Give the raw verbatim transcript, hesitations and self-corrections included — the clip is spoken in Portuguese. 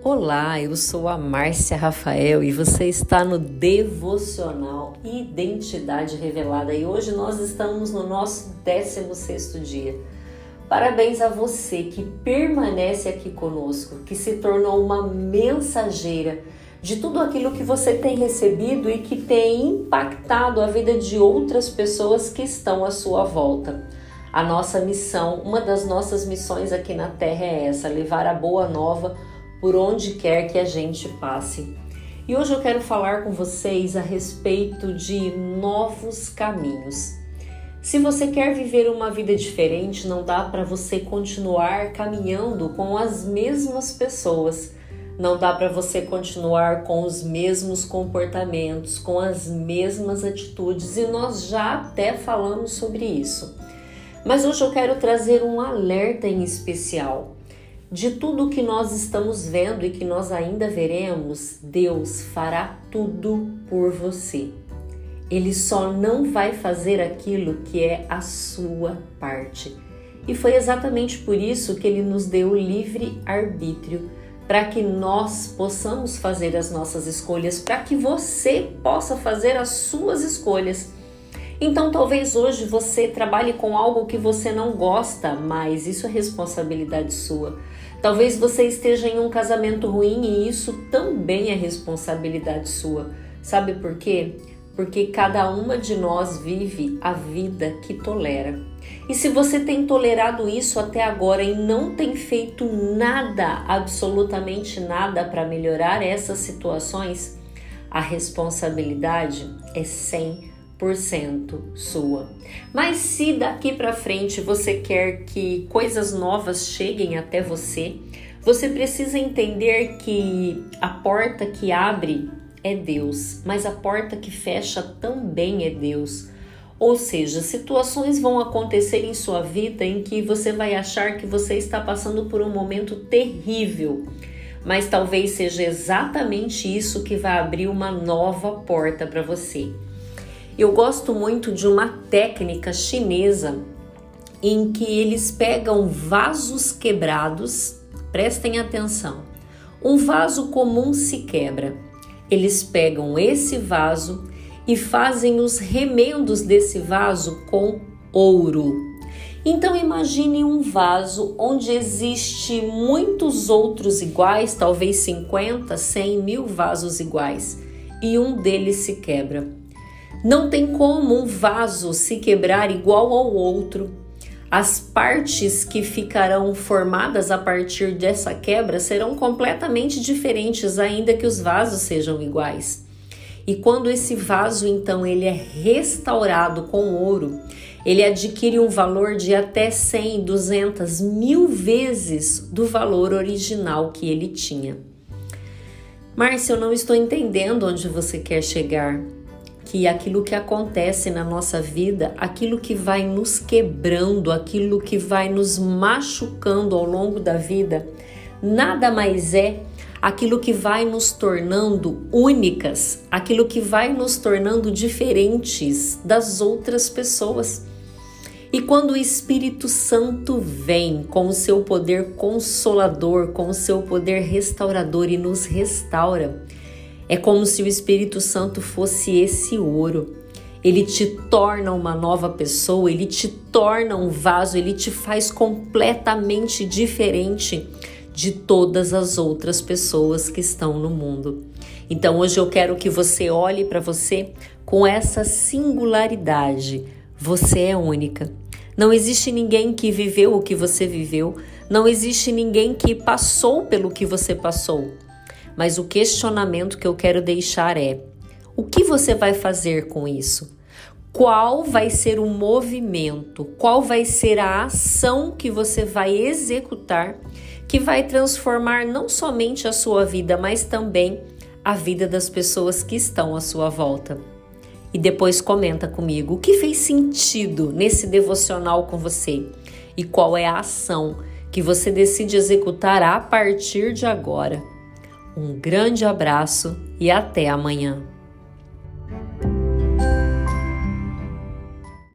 Olá, eu sou a Márcia Rafael e você está no Devocional Identidade Revelada e hoje nós estamos no nosso décimo sexto dia. Parabéns a você que permanece aqui conosco, que se tornou uma mensageira de tudo aquilo que você tem recebido e que tem impactado a vida de outras pessoas que estão à sua volta. A nossa missão, uma das nossas missões aqui na Terra é essa, levar a boa nova por onde quer que a gente passe. E hoje eu quero falar com vocês a respeito de novos caminhos. Se você quer viver uma vida diferente, não dá para você continuar caminhando com as mesmas pessoas. Não dá para você continuar com os mesmos comportamentos, com as mesmas atitudes, e nós já até falamos sobre isso. Mas hoje eu quero trazer um alerta em especial. De tudo que nós estamos vendo e que nós ainda veremos, Deus fará tudo por você. Ele só não vai fazer aquilo que é a sua parte. E foi exatamente por isso que Ele nos deu livre arbítrio, para que nós possamos fazer as nossas escolhas, para que você possa fazer as suas escolhas. Então talvez hoje você trabalhe com algo que você não gosta, mas isso é responsabilidade sua. Talvez você esteja em um casamento ruim e isso também é responsabilidade sua. Sabe por quê? Porque cada uma de nós vive a vida que tolera. E se você tem tolerado isso até agora e não tem feito nada, absolutamente nada para melhorar essas situações, a responsabilidade é cem por cento sua. Mas se daqui para frente você quer que coisas novas cheguem até você, você precisa entender que a porta que abre é Deus, mas a porta que fecha também é Deus. Ou seja, situações vão acontecer em sua vida em que você vai achar que você está passando por um momento terrível, mas talvez seja exatamente isso que vai abrir uma nova porta para você. Eu gosto muito de uma técnica chinesa em que eles pegam vasos quebrados, prestem atenção, um vaso comum se quebra, eles pegam esse vaso e fazem os remendos desse vaso com ouro. Então imagine um vaso onde existe muitos outros iguais, talvez cinquenta, cem mil vasos iguais, e um deles se quebra. Não tem como um vaso se quebrar igual ao outro. As partes que ficarão formadas a partir dessa quebra serão completamente diferentes, ainda que os vasos sejam iguais. E quando esse vaso, então, ele é restaurado com ouro, ele adquire um valor de até cem, duzentas, mil vezes do valor original que ele tinha. Márcia, eu não estou entendendo onde você quer chegar. Que aquilo que acontece na nossa vida, aquilo que vai nos quebrando, aquilo que vai nos machucando ao longo da vida, nada mais é aquilo que vai nos tornando únicas, aquilo que vai nos tornando diferentes das outras pessoas. E quando o Espírito Santo vem com o seu poder consolador, com o seu poder restaurador e nos restaura, é como se o Espírito Santo fosse esse ouro. Ele te torna uma nova pessoa, ele te torna um vaso, ele te faz completamente diferente de todas as outras pessoas que estão no mundo. Então hoje eu quero que você olhe para você com essa singularidade. Você é única. Não existe ninguém que viveu o que você viveu, não existe ninguém que passou pelo que você passou. Mas o questionamento que eu quero deixar é: o que você vai fazer com isso? Qual vai ser o movimento? Qual vai ser a ação que você vai executar que vai transformar não somente a sua vida, mas também a vida das pessoas que estão à sua volta? E depois comenta comigo o que fez sentido nesse devocional com você e qual é a ação que você decide executar a partir de agora. Um grande abraço e até amanhã.